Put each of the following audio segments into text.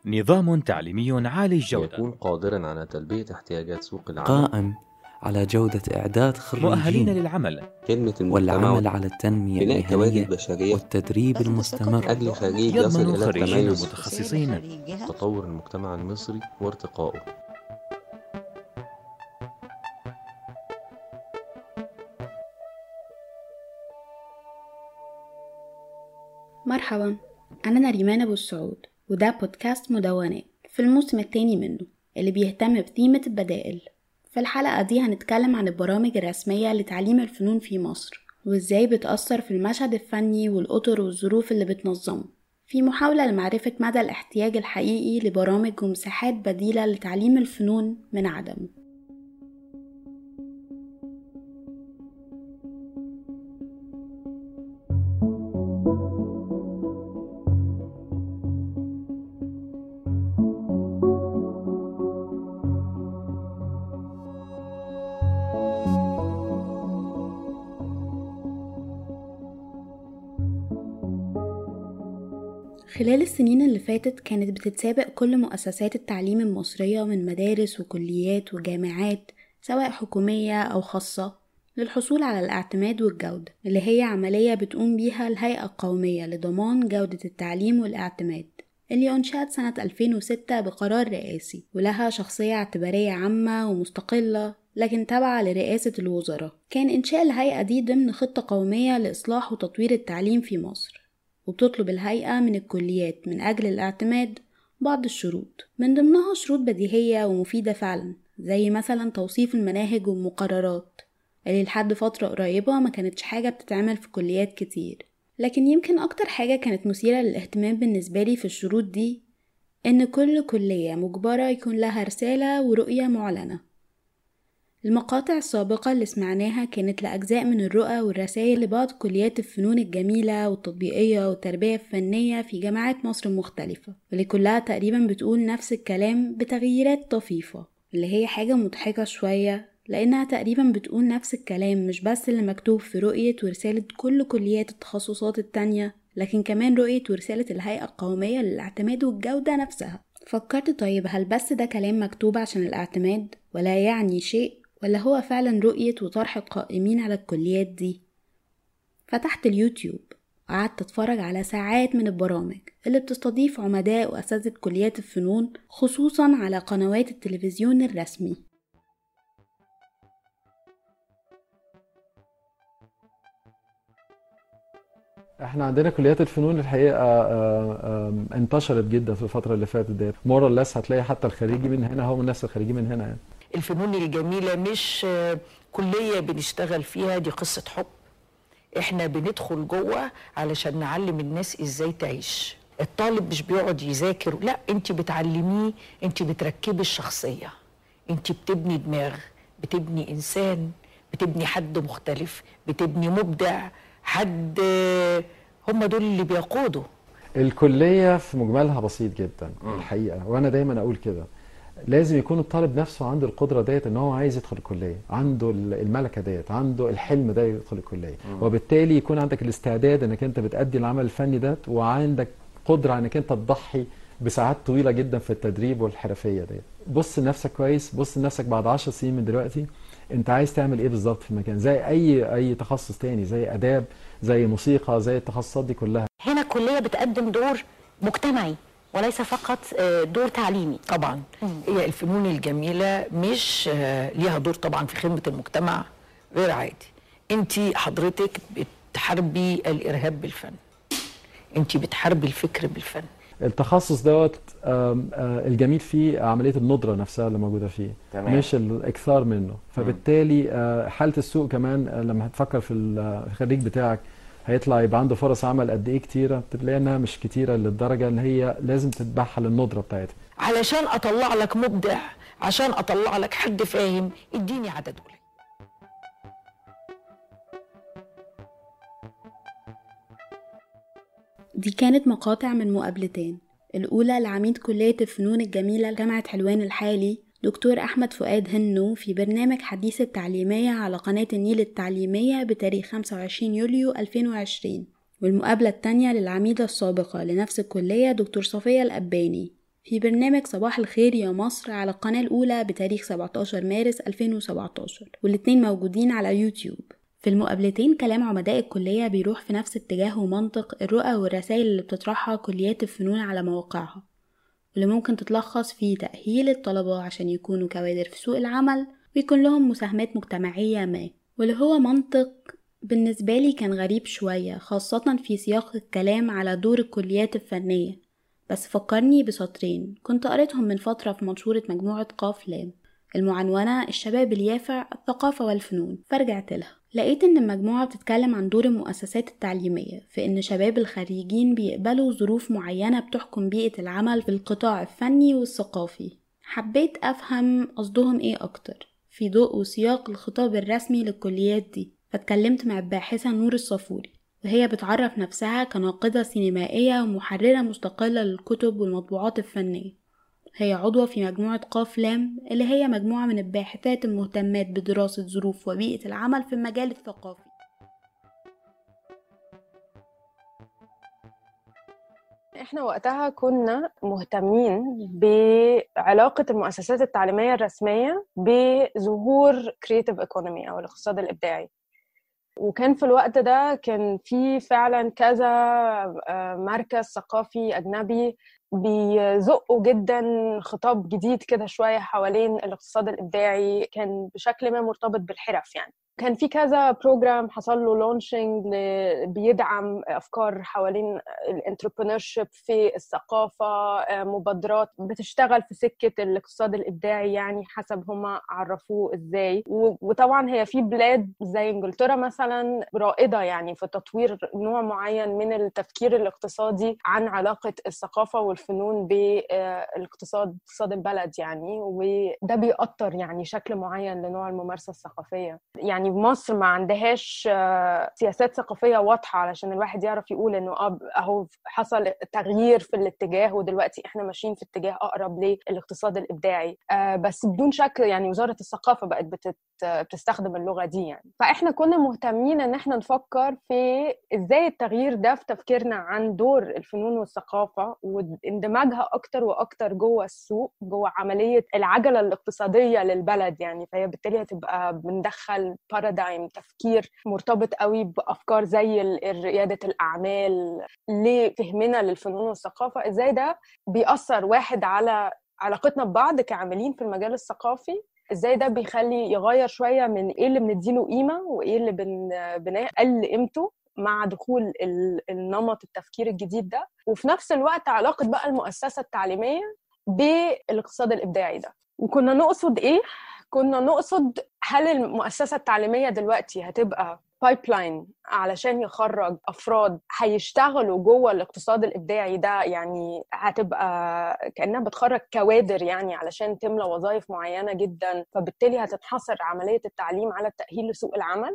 نظام تعليمي عالي الجودة يكون قادراً على تلبية احتياجات سوق العمل، قائم على جودة إعداد مؤهلين خريجين للعمل، خدمة المجتمع، والعمل على التنمية بناء كوادر المهنية بشرية والتدريب المستمر. أجل خريج يصل يضمن إلى خريجين التميز، متخصصين. تطور المجتمع المصري وارتقائه. مرحبا، أنا نريمان أبو السعود، وده بودكاست مدونات في الموسم الثاني منه اللي بيهتم بثيمة البدائل. في الحلقة دي هنتكلم عن البرامج الرسمية لتعليم الفنون في مصر وإزاي بتأثر في المشهد الفني والأطر والظروف اللي بتنظمه، في محاولة لمعرفة مدى الاحتياج الحقيقي لبرامج ومساحات بديلة لتعليم الفنون من عدمه. خلال السنين اللي فاتت كانت بتتسابق كل مؤسسات التعليم المصرية من مدارس وكليات وجامعات سواء حكومية أو خاصة للحصول على الاعتماد والجودة، اللي هي عملية بتقوم بيها الهيئة القومية لضمان جودة التعليم والاعتماد، اللي أنشأت سنة 2006 بقرار رئاسي ولها شخصية اعتبارية عامة ومستقلة لكن تابعة لرئاسة الوزراء. كان إنشاء الهيئة دي ضمن خطة قومية لإصلاح وتطوير التعليم في مصر، وبتطلب الهيئة من الكليات من أجل الاعتماد بعض الشروط، من ضمنها شروط بديهية ومفيدة فعلا زي مثلا توصيف المناهج والمقررات اللي لحد فترة قريبة ما كانتش حاجة بتتعمل في كليات كتير. لكن يمكن أكتر حاجة كانت مثيرة للاهتمام بالنسبة لي في الشروط دي إن كل كلية مجبرة يكون لها رسالة ورؤية معلنة. المقاطع السابقة اللي سمعناها كانت لأجزاء من الرؤى والرسائل لبعض كليات الفنون الجميلة والتطبيقية والتربية الفنية في جامعات مصر المختلفة، واللي كلها تقريبا بتقول نفس الكلام بتغييرات طفيفة، اللي هي حاجة مضحكة شوية لأنها تقريبا بتقول نفس الكلام مش بس اللي مكتوب في رؤية ورسالة كل كليات التخصصات التانية، لكن كمان رؤية ورسالة الهيئة القومية للاعتماد والجودة نفسها. فكرت طيب هل بس ده كلام مكتوب عشان الاعتماد ولا يعني شيء، ولا هو فعلا رؤية وطرح القائمين على الكليات دي؟ فتحت اليوتيوب وقعدت اتفرج على ساعات من البرامج اللي بتستضيف عمداء وأساتذة كليات الفنون خصوصا على قنوات التلفزيون الرسمي. احنا عندنا كليات الفنون الحقيقة انتشرت جدا في الفترة اللي فاتت ديت. مورا لس هتلاقي حتى الخريجي من هنا هو من نفس الخريجي من هنا يعني. الفنون الجميلة مش كلية بنشتغل فيها، دي قصة حب. احنا بندخل جوه علشان نعلم الناس ازاي تعيش. الطالب مش بيقعد يذاكر، لا، انت بتعلميه، انت بتركبي الشخصية، انت بتبني دماغ، بتبني انسان، بتبني حد مختلف، بتبني مبدع، حد هم دول اللي بيقودوا. الكلية في مجملها بسيط جدا الحقيقة، وانا دايما اقول كده، لازم يكون الطالب نفسه عنده القدرة ديت ان هو عايز يدخل الكلية، عنده الملكة ديت، عنده الحلم ده يدخل الكلية، وبالتالي يكون عندك الاستعداد انك انت بتأدي العمل الفني ده، وعندك قدرة انك انت تضحي بساعات طويلة جدا في التدريب والحرفية ديت. بص لنفسك كويس، بص لنفسك بعد 10 سنين من دلوقتي انت عايز تعمل ايه بالظبط في المكان، زي اي تخصص تاني، زي اداب، زي موسيقى، زي التخصصات دي كلها. هنا الكلية بتقدم دور مجتمعي وليس فقط دور تعليمي. طبعا هي الفنون الجميلة مش ليها دور طبعا في خدمة المجتمع غير عادي. انت حضرتك بتحاربي الارهاب بالفن، انت بتحاربي الفكر بالفن. التخصص دوت الجميل فيه عملية الندرة نفسها اللي موجودة فيه، تمام، مش الإكثار منه. فبالتالي حالة السوق كمان لما هتفكر في الخريج بتاعك هيطلع يبقى عنده فرص عمل قد ايه كتيرة، بتلاقي انها مش كتيرة للدرجة ان هي لازم تتبعها للندرة بتاعتها. علشان اطلع لك مبدع، عشان اطلع لك حد فاهم، اديني عدد قليل. دي كانت مقاطع من مقابلتين، الأولى لعميد كلية الفنون الجميلة جامعة حلوان الحالي دكتور أحمد فؤاد هنو في برنامج حديث التعليمية على قناة النيل التعليمية بتاريخ 25 يوليو 2020، والمقابلة التانية للعميدة السابقة لنفس الكلية دكتور صفية الأباني في برنامج صباح الخير يا مصر على القناة الأولى بتاريخ 17 مارس 2017، والاتنين موجودين على يوتيوب. في المقابلتين كلام عمداء الكلية بيروح في نفس اتجاه ومنطق الرؤى والرسائل اللي بتطرحها كليات الفنون على مواقعها، واللي ممكن تتلخص في تأهيل الطلبة عشان يكونوا كوادر في سوق العمل ويكون لهم مساهمات مجتمعية ما، واللي هو منطق بالنسبة لي كان غريب شوية، خاصة في سياق الكلام على دور الكليات الفنية. بس فكرني بسطرين كنت قريتهم من فترة في منشورة مجموعة قاف لام المعنونة الشباب اليافع الثقافة والفنون، فرجعت لها لقيت ان المجموعة بتتكلم عن دور المؤسسات التعليمية في ان شباب الخريجين بيقبلوا ظروف معينة بتحكم بيئة العمل في القطاع الفني والثقافي. حبيت افهم قصدهم ايه اكتر في ضوء وسياق الخطاب الرسمي للكليات دي، فاتكلمت مع الباحثة نور الصافوري، وهي بتعرف نفسها كناقدة سينمائية ومحررة مستقلة للكتب والمطبوعات الفنية. هي عضوة في مجموعة قاف لام اللي هي مجموعة من الباحثات المهتمات بدراسة ظروف وبيئة العمل في المجال الثقافي. احنا وقتها كنا مهتمين بعلاقة المؤسسات التعليمية الرسمية بظهور creative economy أو الاقتصاد الإبداعي، وكان في الوقت ده كان في فعلا كذا مركز ثقافي أجنبي بيزقوا جدا خطاب جديد كده شوية حوالين الاقتصاد الإبداعي، كان بشكل ما مرتبط بالحرف. يعني كان في كذا بروجرام حصل له لونشنج بيدعم أفكار حوالين الانتربرينورشيب في الثقافة، مبادرات بتشتغل في سكة الاقتصاد الإبداعي يعني حسب هما عرفوه إزاي. وطبعا هي في بلاد زي إنجلترا مثلا رائدة يعني في تطوير نوع معين من التفكير الاقتصادي عن علاقة الثقافة والفنون بالاقتصاد، اقتصاد البلد يعني، وده بيأثر يعني شكل معين لنوع الممارسة الثقافية. يعني مصر ما عندهاش سياسات ثقافية واضحة علشان الواحد يعرف يقول انه اهو حصل تغيير في الاتجاه ودلوقتي احنا ماشيين في اتجاه اقرب للاقتصاد الابداعي. بس بدون شك يعني وزارة الثقافة بقت بتستخدم اللغة دي يعني. فاحنا كنا مهتمين ان احنا نفكر في ازاي التغيير ده في تفكيرنا عن دور الفنون والثقافة واندماجها اكتر واكتر جوه السوق، جوه عملية العجلة الاقتصادية للبلد يعني. فهي بالتالي هتبقى بندخل بارادايم تفكير مرتبط قوي بأفكار زي ريادة الأعمال لفهمنا للفنون والثقافة، إزاي ده بيأثر واحد على علاقتنا ببعض كعاملين في المجال الثقافي، إزاي ده بيخلي يغير شوية من إيه اللي بنديله قيمة وإيه اللي بنقل قيمته مع دخول النمط التفكير الجديد ده. وفي نفس الوقت علاقة بقى المؤسسة التعليمية بالاقتصاد الإبداعي ده. وكنا نقصد إيه؟ كنا نقصد هل المؤسسة التعليمية دلوقتي هتبقى بايبلاين علشان يخرج أفراد هيشتغلوا جوه الاقتصاد الإبداعي ده، يعني هتبقى كأنها بتخرج كوادر يعني علشان تملى وظائف معينة جدا، فبالتالي هتنحصر عملية التعليم على التأهيل لسوق العمل.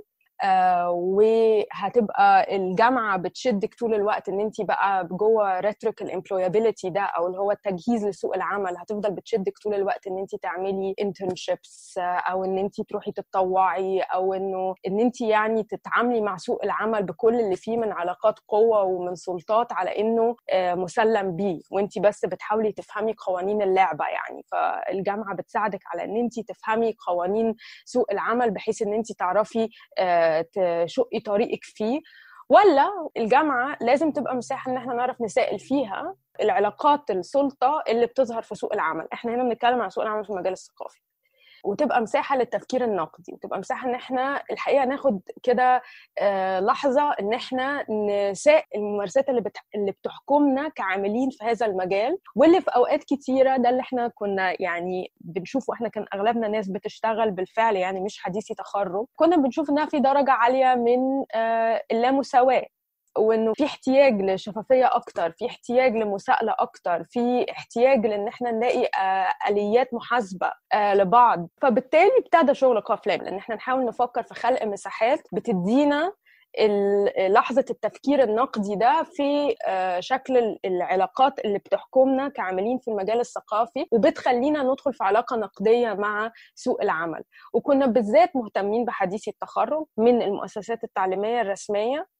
وهتبقى الجامعة بتشدك طول الوقت ان انتي بقى جوه ريتريك الامبلويابيليتي ده او اللي هو التجهيز لسوق العمل، هتفضل بتشدك طول الوقت ان انتي تعملي انترنشيبس او ان انتي تروحي تتطوعي او ان انتي يعني تتعاملي مع سوق العمل بكل اللي فيه من علاقات قوة ومن سلطات على انه مسلم بيه، وانتي بس بتحاولي تفهمي قوانين اللعبة يعني. فالجامعة بتساعدك على ان انتي تفهمي قوانين سوق العمل بحيث ان انتي تعرفي تشقي طريقك فيه. ولا الجامعة لازم تبقى مساحة ان احنا نعرف نسائل فيها العلاقات السلطة اللي بتظهر في سوق العمل. احنا هنا بنتكلم عن سوق العمل في المجال الثقافي، وتبقى مساحة للتفكير النقدي، وتبقى مساحة ان احنا الحقيقة ناخد كده لحظة ان احنا نساء الممارسات اللي بتحكمنا كعاملين في هذا المجال، واللي في اوقات كتيرة ده اللي احنا كنا يعني بنشوفه. احنا كان اغلبنا ناس بتشتغل بالفعل يعني مش حديثي تخرج، كنا بنشوف انها في درجة عالية من اللامساواة، وانه في احتياج لشفافيه اكتر، في احتياج لمساءله اكتر، في احتياج لان احنا نلاقي اليات محاسبه لبعض. فبالتالي ابتدى شغل قاف لام، لان احنا نحاول نفكر في خلق مساحات بتدينا لحظة التفكير النقدي ده في شكل العلاقات اللي بتحكمنا كعاملين في المجال الثقافي، وبتخلينا ندخل في علاقة نقدية مع سوق العمل. وكنا بالذات مهتمين بحديثي التخرج من المؤسسات التعليمية الرسمية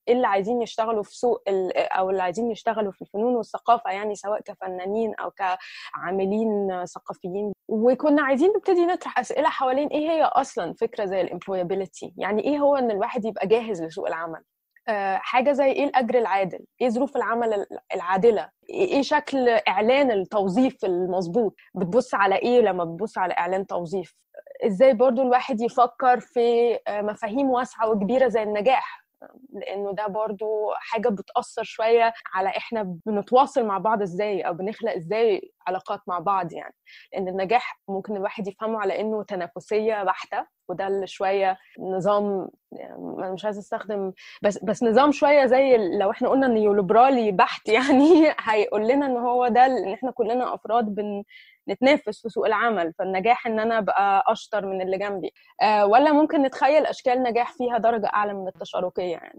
اللي عايزين يشتغلوا في سوق او اللي عايزين يشتغلوا في الفنون والثقافه، يعني سواء كفنانين او كعاملين ثقافيين. وكنا عايزين نبتدي نطرح اسئله حوالين ايه هي اصلا فكره زي الامبلويابيليتي، يعني ايه هو ان الواحد يبقى جاهز لسوق العمل، حاجه زي ايه الاجر العادل، ايه ظروف العمل العادله، ايه شكل اعلان التوظيف المظبوط، بتبص على ايه لما بتبص على اعلان توظيف، ازاي برضو الواحد يفكر في مفاهيم واسعه وكبيره زي النجاح، لانه ده برضو حاجه بتاثر شويه على احنا بنتواصل مع بعض ازاي او بنخلق ازاي علاقات مع بعض. يعني لان النجاح ممكن الواحد يفهمه على انه تنافسيه بحته، وده اللي شويه نظام، انا مش عايزه استخدم بس نظام شويه زي لو احنا قلنا نيوليبرالي بحت، يعني هيقول لنا ان هو ده ان احنا كلنا افراد نتنافس في سوق العمل، فالنجاح ان انا ابقى اشطر من اللي جنبي، ولا ممكن نتخيل اشكال نجاح فيها درجه اعلى من التشاركيه. يعني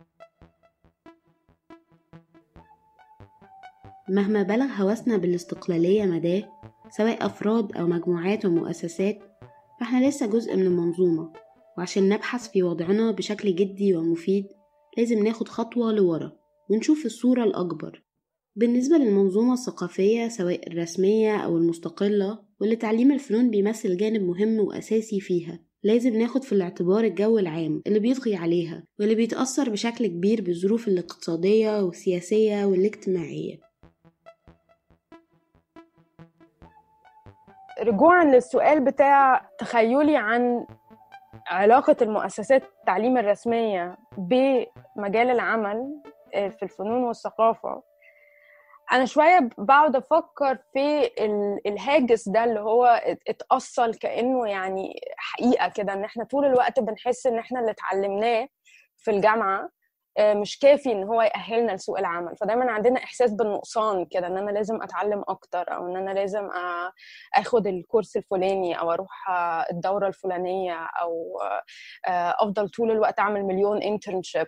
مهما بلغ هوسنا بالاستقلالية مداه، سواء أفراد أو مجموعات ومؤسسات، فإحنا لسه جزء من المنظومة، وعشان نبحث في وضعنا بشكل جدي ومفيد لازم ناخد خطوة لورا ونشوف الصورة الأكبر بالنسبة للمنظومة الثقافية سواء الرسمية أو المستقلة، واللي تعليم الفنون بيمثل جانب مهم وأساسي فيها. لازم ناخد في الاعتبار الجو العام اللي بيطغي عليها واللي بيتأثر بشكل كبير بالظروف الاقتصادية والسياسية والاجتماعية. رجوعا للسؤال بتاع تخيلي عن علاقة المؤسسات التعليم الرسمية بمجال العمل في الفنون والثقافة، أنا شوية بقعد أفكر في الهاجس ده اللي هو اتأصل كأنه يعني حقيقة كده، إن إحنا طول الوقت بنحس إن إحنا اللي اتعلمناه في الجامعة مش كافي ان هو يأهلنا لسوق العمل، فدايما عندنا احساس بالنقصان كده، ان انا لازم اتعلم اكتر، او ان انا لازم اخد الكورس الفلاني، او اروح الدورة الفلانية، او افضل طول الوقت اعمل مليون انترنشيب،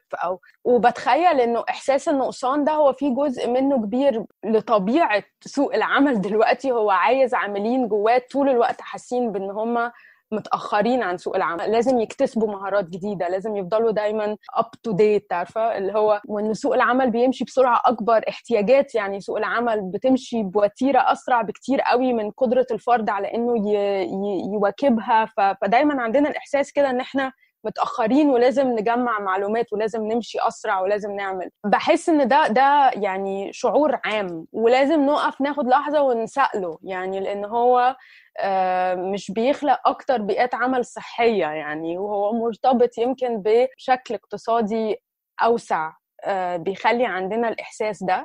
وبتخيل انه احساس النقصان ده هو فيه جزء منه كبير لطبيعة سوق العمل دلوقتي، هو عايز عاملين جواه طول الوقت حاسين بان هم متأخرين عن سوق العمل، لازم يكتسبوا مهارات جديدة، لازم يفضلوا دايما up to date، عارفة اللي هو، وإن سوق العمل بيمشي بسرعة أكبر، احتياجات يعني سوق العمل بتمشي بوتيرة أسرع بكتير قوي من قدرة الفرد على إنه يواكبها، فدايما عندنا الإحساس كده إن إحنا متأخرين ولازم نجمع معلومات ولازم نمشي أسرع ولازم نعمل. بحس إن ده يعني شعور عام، ولازم نقف ناخد لحظة ونسأله، يعني لأن هو مش بيخلق أكتر بيئات عمل صحية، يعني وهو مرتبط يمكن بشكل اقتصادي أوسع بيخلي عندنا الإحساس ده،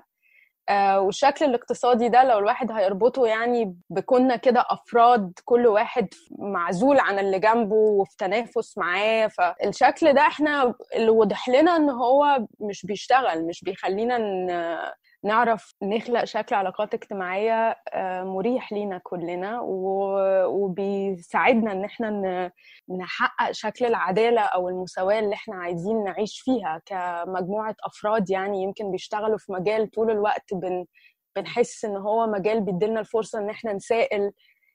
والشكل الاقتصادي ده لو الواحد هيربطه يعني بكنا كده أفراد كل واحد معزول عن اللي جنبه وفي تنافس معاه، فالشكل ده احنا اللي وضح لنا ان هو مش بيشتغل، مش بيخلينا نعرف نخلق شكل علاقات اجتماعية مريح لينا كلنا، وبيساعدنا ان احنا نحقق شكل العدالة او المساواة اللي احنا عايزين نعيش فيها كمجموعة افراد، يعني يمكن بيشتغلوا في مجال طول الوقت بنحس ان هو مجال بيديلنا الفرصة ان احنا نسائل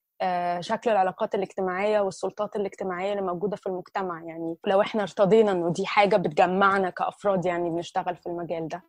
شكل العلاقات الاجتماعية والسلطات الاجتماعية اللي موجودة في المجتمع، يعني لو احنا ارتضينا انه دي حاجة بتجمعنا كأفراد يعني بنشتغل في المجال ده.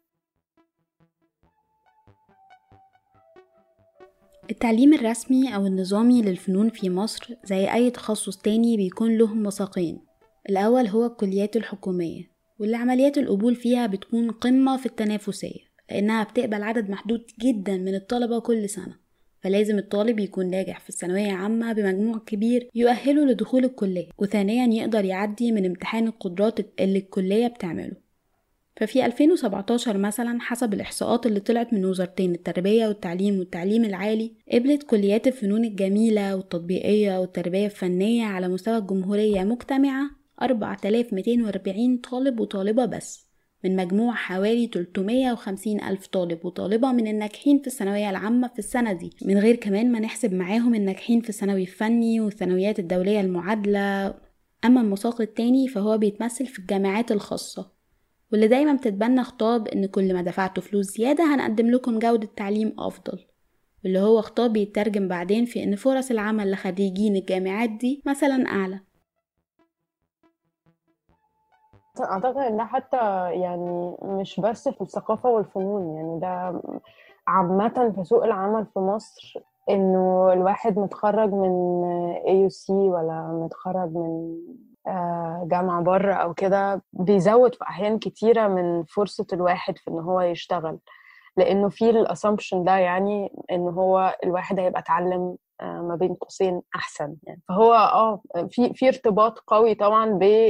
التعليم الرسمي أو النظامي للفنون في مصر زي أي تخصص تاني بيكون له مساقين. الأول هو الكليات الحكومية، واللي عمليات القبول فيها بتكون قمة في التنافسية، لأنها بتقبل عدد محدود جدا من الطلبة كل سنة، فلازم الطالب يكون ناجح في الثانوية عامة بمجموع كبير يؤهله لدخول الكلية، وثانيا يقدر يعدي من امتحان القدرات اللي الكلية بتعمله. ففي 2017 مثلا حسب الإحصاءات اللي طلعت من وزارتين التربية والتعليم والتعليم العالي، قبلت كليات الفنون الجميلة والتطبيقية والتربية الفنية على مستوى الجمهورية مجتمعة 4240 طالب وطالبة بس، من مجموع حوالي 350 ألف طالب وطالبة من الناجحين في الثانوية العامة في السنة دي، من غير كمان ما نحسب معاهم الناجحين في الثانوي الفني والثانويات الدولية المعادلة. أما المساق التاني فهو بيتمثل في الجامعات الخاصة، واللي دايما بتتبنى خطاب ان كل ما دفعتوا فلوس زيادة هنقدم لكم جودة تعليم افضل، واللي هو خطاب بيترجم بعدين في ان فرص العمل لخريجين الجامعات دي مثلا اعلى. أعتقد إن ده حتى يعني مش بس في الثقافة والفنون، يعني ده عامة في سوق العمل في مصر، إنه الواحد متخرج من AUC ولا متخرج من جامعة بره أو كده بيزود في أحيان كتيرة من فرصة الواحد في إن هو يشتغل، لأنه في الأسامبشن ده يعني إن هو الواحد هيبقى اتعلم ما بين قوسين أحسن يعني. فهو في ارتباط قوي طبعا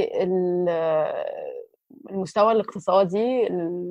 بالمستوى الاقتصادي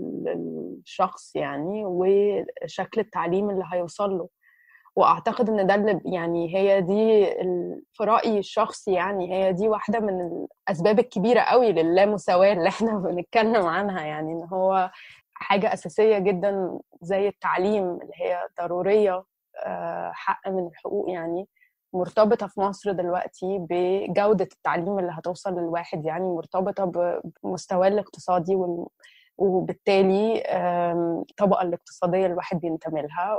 الشخص يعني وشكل التعليم اللي هيوصل له. واعتقد ان ده اللي يعني هي دي في رايي الشخصي يعني هي دي واحده من الاسباب الكبيره قوي للامساواه اللي احنا بنتكلم عنها، يعني ان هو حاجه اساسيه جدا زي التعليم اللي هي ضروريه، حق من الحقوق يعني، مرتبطه في مصر دلوقتي بجوده التعليم اللي هتوصل للواحد، يعني مرتبطه بمستواه الاقتصادي وبالتالي الطبقة الاقتصادية اللي الواحد بينتمي لها،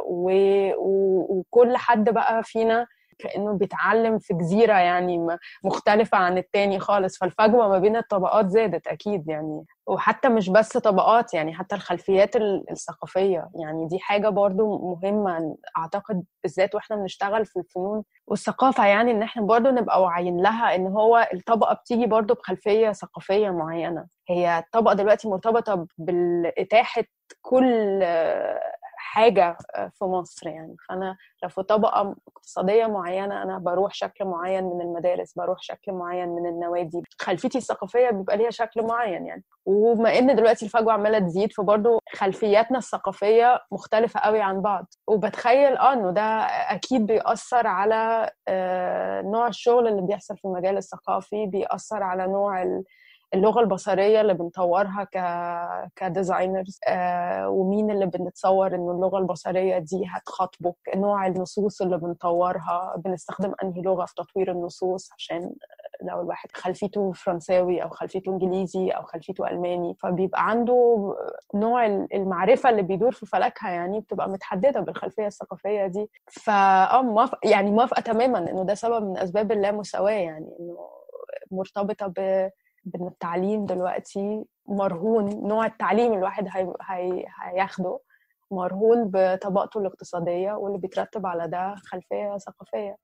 وكل حد بقى فينا كأنه بيتعلم في جزيرة يعني مختلفة عن التاني خالص، فالفجوة ما بين الطبقات زادت أكيد يعني. وحتى مش بس طبقات، يعني حتى الخلفيات الثقافية، يعني دي حاجة برضو مهمة أعتقد بالذات وإحنا بنشتغل في الفنون والثقافة، يعني إن إحنا برضو نبقى واعيين لها إن هو الطبقة بتيجي برضو بخلفية ثقافية معينة. هي الطبقة دلوقتي مرتبطة بالإتاحة كل حاجة في مصر يعني. فأنا لو في طبقة اقتصادية معينة أنا بروح شكل معين من المدارس، بروح شكل معين من النوادي، خلفيتي الثقافية بيبقى ليها شكل معين يعني. وبما إن دلوقتي الفجوة عمالة تزيد فبرضو خلفياتنا الثقافية مختلفة قوي عن بعض، وبتخيل إنه ده أكيد بيأثر على نوع الشغل اللي بيحصل في المجال الثقافي، بيأثر على نوع اللغة البصرية اللي بنطورها كديزاينرز، ومين اللي بنتصور انه اللغة البصرية دي هتخاطبه، نوع النصوص اللي بنطورها، بنستخدم انهي لغة في تطوير النصوص، عشان لو الواحد خلفيته فرنساوي او خلفيته انجليزي او خلفيته الماني فبيبقى عنده نوع المعرفة اللي بيدور في فلكها يعني بتبقى متحددة بالخلفية الثقافية دي. يعني موافقة تماما انه ده سبب من اسباب اللامساواة، يعني انه مرتبطة بان التعليم دلوقتي مرهون، نوع التعليم الواحد هياخده مرهون بطبقته الاقتصادية، واللي بيترتب على ده خلفية ثقافية.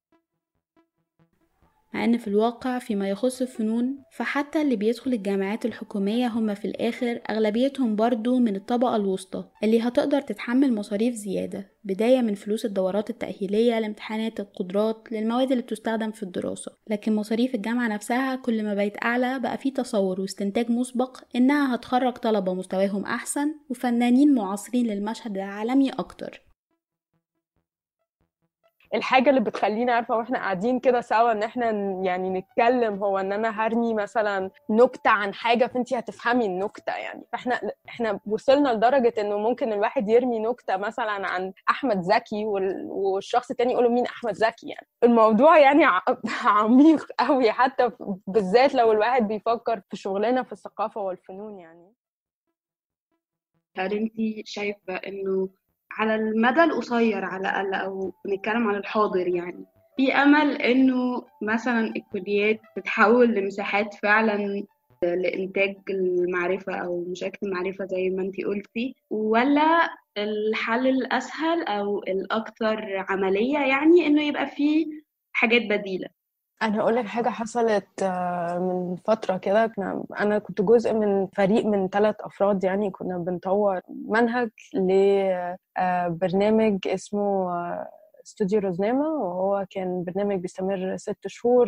مع ان في الواقع فيما يخص الفنون فحتى اللي بيدخل الجامعات الحكومية هم في الآخر أغلبيتهم برضو من الطبقة الوسطى اللي هتقدر تتحمل مصاريف زيادة، بداية من فلوس الدورات التأهيلية لامتحانات القدرات للمواد اللي بتستخدم في الدراسة. لكن مصاريف الجامعة نفسها كل ما بقت أعلى بقى في تصور واستنتاج مسبق إنها هتخرج طلبة مستواهم أحسن وفنانين معاصرين للمشهد العالمي أكتر. الحاجة اللي بتخلينا عارفة واحنا قاعدين كده سوا ان احنا يعني نتكلم هو ان انا هرمي مثلا نكتة عن حاجة فانتي هتفهمي النكتة يعني. فاحنا وصلنا لدرجة انه ممكن الواحد يرمي نكتة مثلا عن احمد زكي والشخص التاني يقوله مين احمد زكي، يعني الموضوع يعني عميق قوي، حتى بالذات لو الواحد بيفكر في شغلنا في الثقافة والفنون يعني. هل انتي شايفة انه على المدى القصير على الأقل أو بنتكلم عن الحاضر يعني في أمل إنه مثلا الكليات تتحول لمساحات فعلا لإنتاج المعرفة أو مشاركة المعرفة زي ما انتي قلتي، ولا الحل الأسهل أو الأكثر عملية يعني إنه يبقى فيه حاجات بديلة؟ أنا هقول لك حاجة حصلت من فترة كده. أنا كنت جزء من فريق من 3 أفراد، يعني كنا بنطور منهج لبرنامج اسمه استوديو روزنامة، وهو كان برنامج بيستمر 6 شهور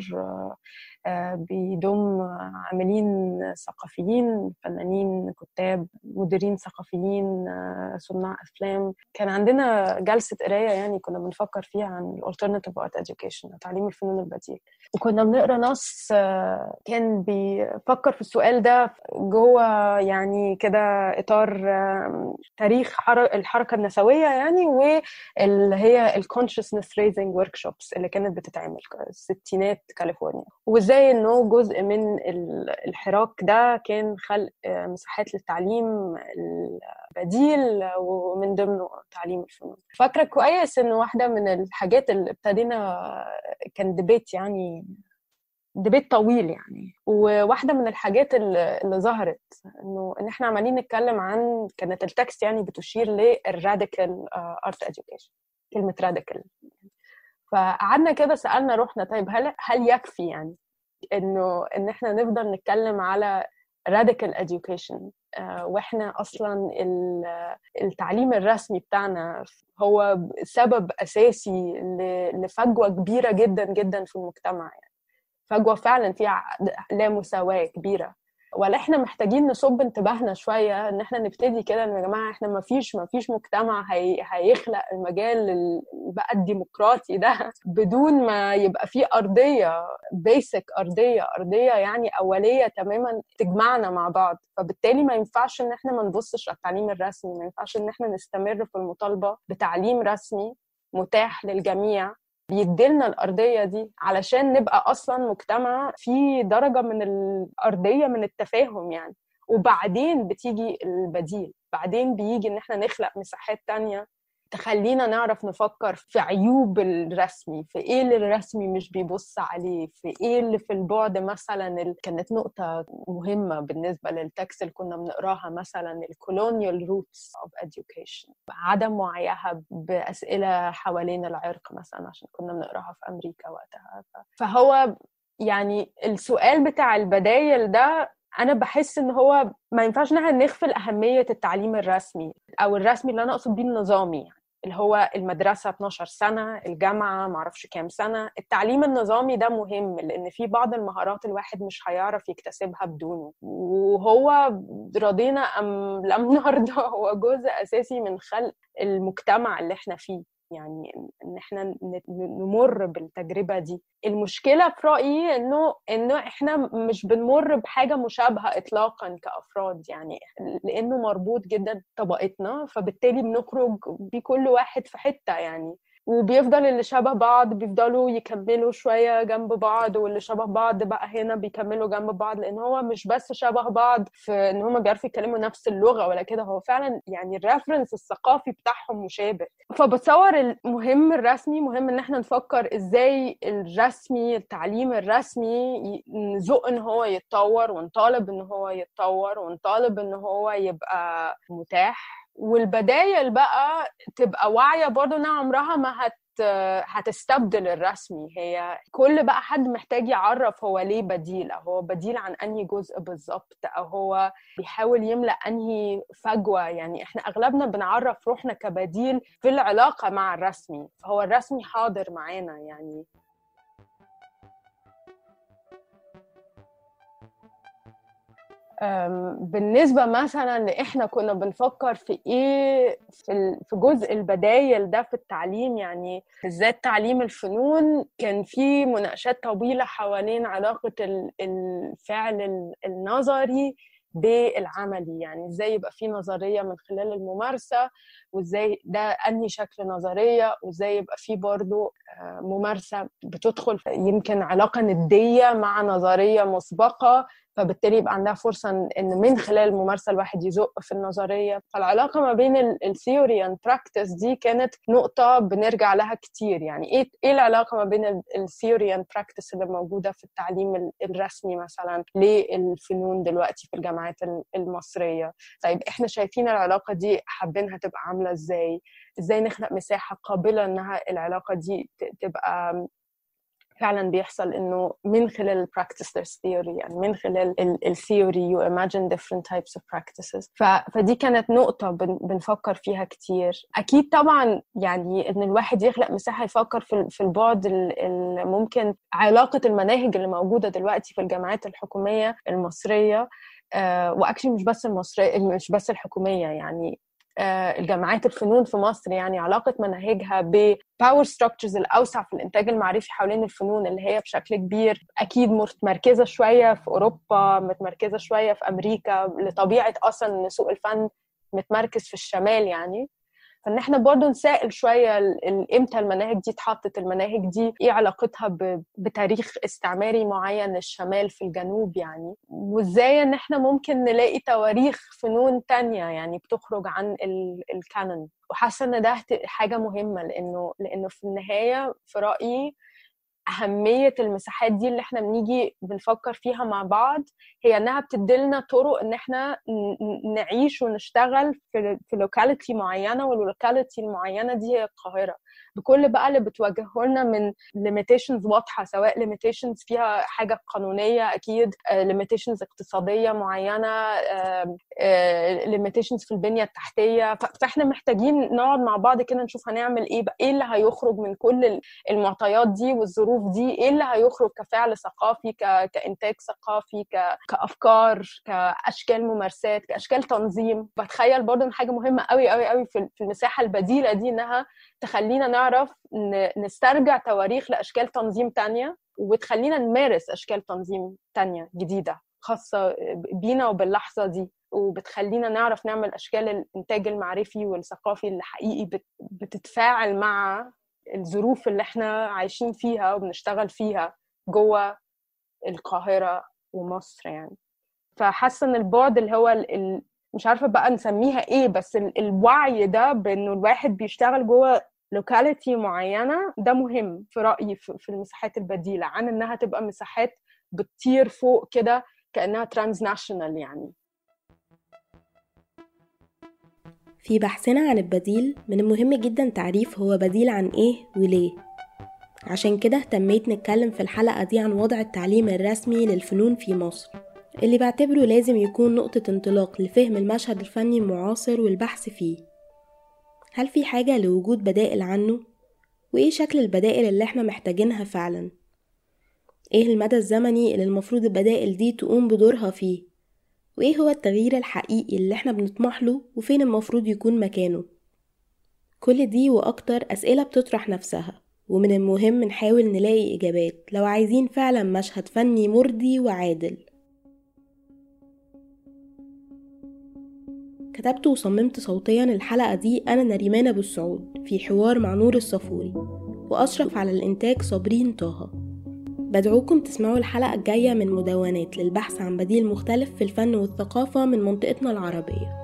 بيضم عاملين ثقافيين، فنانين، كتاب، مديرين ثقافيين، صناع أفلام. كان عندنا جلسة قراية يعني كنا بنفكر فيها عن Alternative Art Education، تعليم الفنون البديل، وكنا بنقرأ نص كان بيفكر في السؤال ده جوه يعني كده إطار تاريخ الحركة النسوية يعني، واللي هي Consciousness Raising Workshops اللي كانت بتتعمل الستينات كاليفورنيا، وازاي انه جزء من الحراك ده كان خلق مساحات للتعليم البديل ومن ضمنه تعليم الفنون. فاكرة كويس انه واحدة من الحاجات اللي ابتدينا كان ديبيت يعني ديبيت طويل يعني. وواحدة من الحاجات اللي ظهرت إن إحنا عمالين نتكلم عن، كانت التكست يعني بتشير للراديكال art education، كلمة راديكال. فقعدنا كده سألنا روحنا، طيب هل يكفي يعني إن إحنا نفضل نتكلم على radical education واحنا اصلا التعليم الرسمي بتاعنا هو سبب اساسي لفجوه كبيره جدا جدا في المجتمع، يعني فجوه فعلا فيها لا مساواه كبيره. ولا احنا محتاجين نصب انتباهنا شويه ان احنا نبتدي كده يا جماعه، احنا ما فيش مجتمع هيخلق المجال بقى الديمقراطي ده بدون ما يبقى فيه ارضيه بيسك، ارضيه يعني اوليه تماما تجمعنا مع بعض. فبالتالي ما ينفعش ان احنا ما نبصش على التعليم الرسمي، ما ينفعش ان احنا نستمر في المطالبه بتعليم رسمي متاح للجميع بيديلنا الأرضية دي علشان نبقى أصلا مجتمع في درجة من الأرضية من التفاهم يعني. وبعدين بتيجي البديل، بعدين بيجي إن احنا نخلق مساحات تانية تخلينا نعرف نفكر في عيوب الرسمي، في ايه اللي الرسمي مش بيبص عليه، في ايه اللي في البعد مثلا. كانت نقطة مهمة بالنسبة للتكست اللي كنا بنقراها مثلا الcolonial roots of education، عدم وعيها بأسئلة حوالين العرق مثلا عشان كنا بنقراها في أمريكا وقتها. فهو يعني السؤال بتاع البدايل ده أنا بحس إن هو ما ينفعش نغفل أهمية التعليم الرسمي، أو الرسمي اللي أنا أقصد بيه النظامي يعني، اللي هو المدرسة 12 سنة، الجامعة معرفش كام سنة. التعليم النظامي ده مهم لأن في بعض المهارات الواحد مش هيعرف يكتسبها بدونه، وهو رضينا أم لم نرضى هو جزء أساسي من خلق المجتمع اللي احنا فيه، يعني ان احنا نمر بالتجربة دي. المشكلة في رأيي انه احنا مش بنمر بحاجة مشابهة اطلاقا كأفراد، يعني لانه مربوط جدا طبقتنا، فبالتالي بنخرج بكل واحد في حتة يعني، وبيفضل اللي شبه بعض بيفضلوا يكملوا شوية جنب بعض، واللي شبه بعض بقى هنا بيكملوا جنب بعض، لان هو مش بس شبه بعض في ان هم بيعرفوا يتكلموا نفس اللغة ولا كده، هو فعلا يعني الريفرنس الثقافي بتاعهم مشابه. فبتصور المهم الرسمي مهم ان احنا نفكر ازاي الرسمي، التعليم الرسمي نزق ان هو يتطور، ونطالب ان هو يتطور، ونطالب ان هو يبقى متاح. والبدايل بقى تبقى واعية برضو انها عمرها ما هتستبدل الرسمي. هي كل بقى حد محتاج يعرف هو ليه بديل، او هو بديل عن انهي جزء بالظبط، او هو بيحاول يملأ انهي فجوة. يعني احنا اغلبنا بنعرف روحنا كبديل في العلاقة مع الرسمي، فهو الرسمي حاضر معانا يعني. بالنسبة مثلا لإحنا كنا بنفكر في إيه في جزء البدايل ده في التعليم، يعني بالذات تعليم الفنون كان في مناقشات طويلة حوالين علاقة الفعل النظري بالعملي، يعني إزاي يبقى في نظرية من خلال الممارسة، وإزاي ده أنهي شكل نظرية، وإزاي يبقى في برضو ممارسة بتدخل يمكن علاقة ندية مع نظرية مسبقة، فبالتالي يبقى عندها فرصة إن من خلال الممارسة الواحد يزق في النظرية. فالعلاقة ما بين الثيوري and practice دي كانت نقطة بنرجع لها كتير، يعني إيه العلاقة ما بين الثيوري and practice اللي موجودة في التعليم الرسمي مثلا للفنون دلوقتي في الجامعات المصرية. طيب إحنا شايفين العلاقة دي حابينها تبقى عاملة إزاي نخلق مساحة قابلة إنها العلاقة دي تبقى فعلا بيحصل إنه من خلال practice there's theory، يعني من خلال الثيوري you imagine different types of practices. فدي كانت نقطة بنفكر فيها كتير. أكيد طبعا يعني إن الواحد يخلق مساحة يفكر في البعد ممكن علاقة المناهج اللي موجودة دلوقتي في الجامعات الحكومية المصرية، وأكشلي مش بس المصرية، مش بس الحكومية، يعني الجامعات الفنون في مصر، يعني علاقة مناهجها بباور ستراكتشرز الأوسع في الإنتاج المعرفي حوالين الفنون، اللي هي بشكل كبير أكيد متمركزة شوية في أوروبا، متمركزة شوية في أمريكا، لطبيعة أصلا إن سوق الفن متمركز في الشمال يعني. فإن إحنا برضو نسائل شوية إمتى المناهج دي اتحطت، المناهج دي إيه علاقتها بتاريخ استعماري معين للشمال في الجنوب يعني، وإزاي إن إحنا ممكن نلاقي تواريخ فنون تانية يعني بتخرج عن الكانون. وحاسة إن ده حاجة مهمة، لأنه في النهاية في رأيي أهمية المساحات دي اللي احنا بنيجي بنفكر فيها مع بعض هي انها بتدلنا طرق ان احنا نعيش ونشتغل في لوكاليتي معينة، واللوكاليتي المعينة دي هي القاهرة، بكل بقى اللي بتواجهه لنا من limitations واضحة، سواء limitations فيها حاجة قانونية أكيد، limitations اقتصادية معينة، limitations في البنية التحتية. فاحنا محتاجين نقعد مع بعض كده نشوف هنعمل ايه بقى، ايه اللي هيخرج من كل المعطيات دي والظروف دي، ايه اللي هيخرج كفعل ثقافي، كإنتاج ثقافي، كأفكار، كأشكال ممارسات، كأشكال تنظيم. بتخيل برضه ان حاجة مهمة قوي قوي قوي في المساحة البديلة دي انها تخلينا نعرف نسترجع تواريخ لأشكال تنظيم تانية، وتخلينا نمارس أشكال تنظيم تانية جديدة خاصة بينا وباللحظة دي، وبتخلينا نعرف نعمل أشكال الإنتاج المعرفي والثقافي اللي حقيقي بتتفاعل مع الظروف اللي احنا عايشين فيها وبنشتغل فيها جوه القاهرة ومصر يعني. فحاسة ان البعد اللي هو مش عارفة بقى نسميها ايه، بس الوعي ده بانه الواحد بيشتغل جوه لوكاليتي معينة ده مهم في رأيي في المساحات البديلة، عن انها تبقى مساحات بتطير فوق كده كأنها ترانزناشنال يعني. في بحثنا عن البديل من المهم جدا تعريف هو بديل عن ايه وليه. عشان كده اهتميت نتكلم في الحلقة دي عن وضع التعليم الرسمي للفنون في مصر، اللي بعتبره لازم يكون نقطة انطلاق لفهم المشهد الفني المعاصر والبحث فيه. هل في حاجة لوجود بدائل عنه؟ وإيه شكل البدائل اللي احنا محتاجينها فعلا؟ إيه المدى الزمني اللي المفروض البدائل دي تقوم بدورها فيه؟ وإيه هو التغيير الحقيقي اللي احنا بنطمح له وفين المفروض يكون مكانه؟ كل دي وأكتر أسئلة بتطرح نفسها، ومن المهم نحاول نلاقي إجابات لو عايزين فعلا مشهد فني مرضي وعادل. كتبت وصممت صوتيا الحلقة دي أنا نريمان أبو السعود في حوار مع نور الصفوري، وأشرف على الإنتاج صابرين طه. بدعوكم تسمعوا الحلقة الجاية من مدونات للبحث عن بديل مختلف في الفن والثقافة من منطقتنا العربية.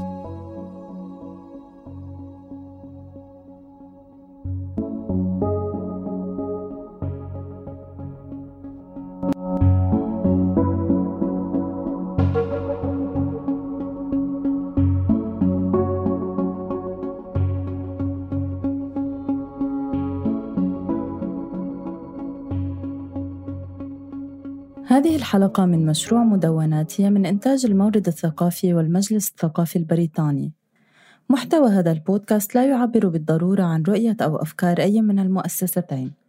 هذه الحلقة من مشروع مدونات هي من إنتاج المورد الثقافي والمجلس الثقافي البريطاني. محتوى هذا البودكاست لا يعبر بالضرورة عن رؤية أو أفكار أي من المؤسستين،